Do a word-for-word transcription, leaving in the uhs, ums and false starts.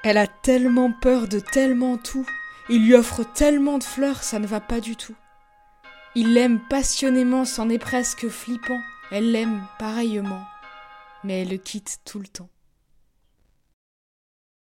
Elle a tellement peur de tellement tout. Il lui offre tellement de fleurs, ça ne va pas du tout. Il l'aime passionnément, c'en est presque flippant. Elle l'aime pareillement, mais elle le quitte tout le temps.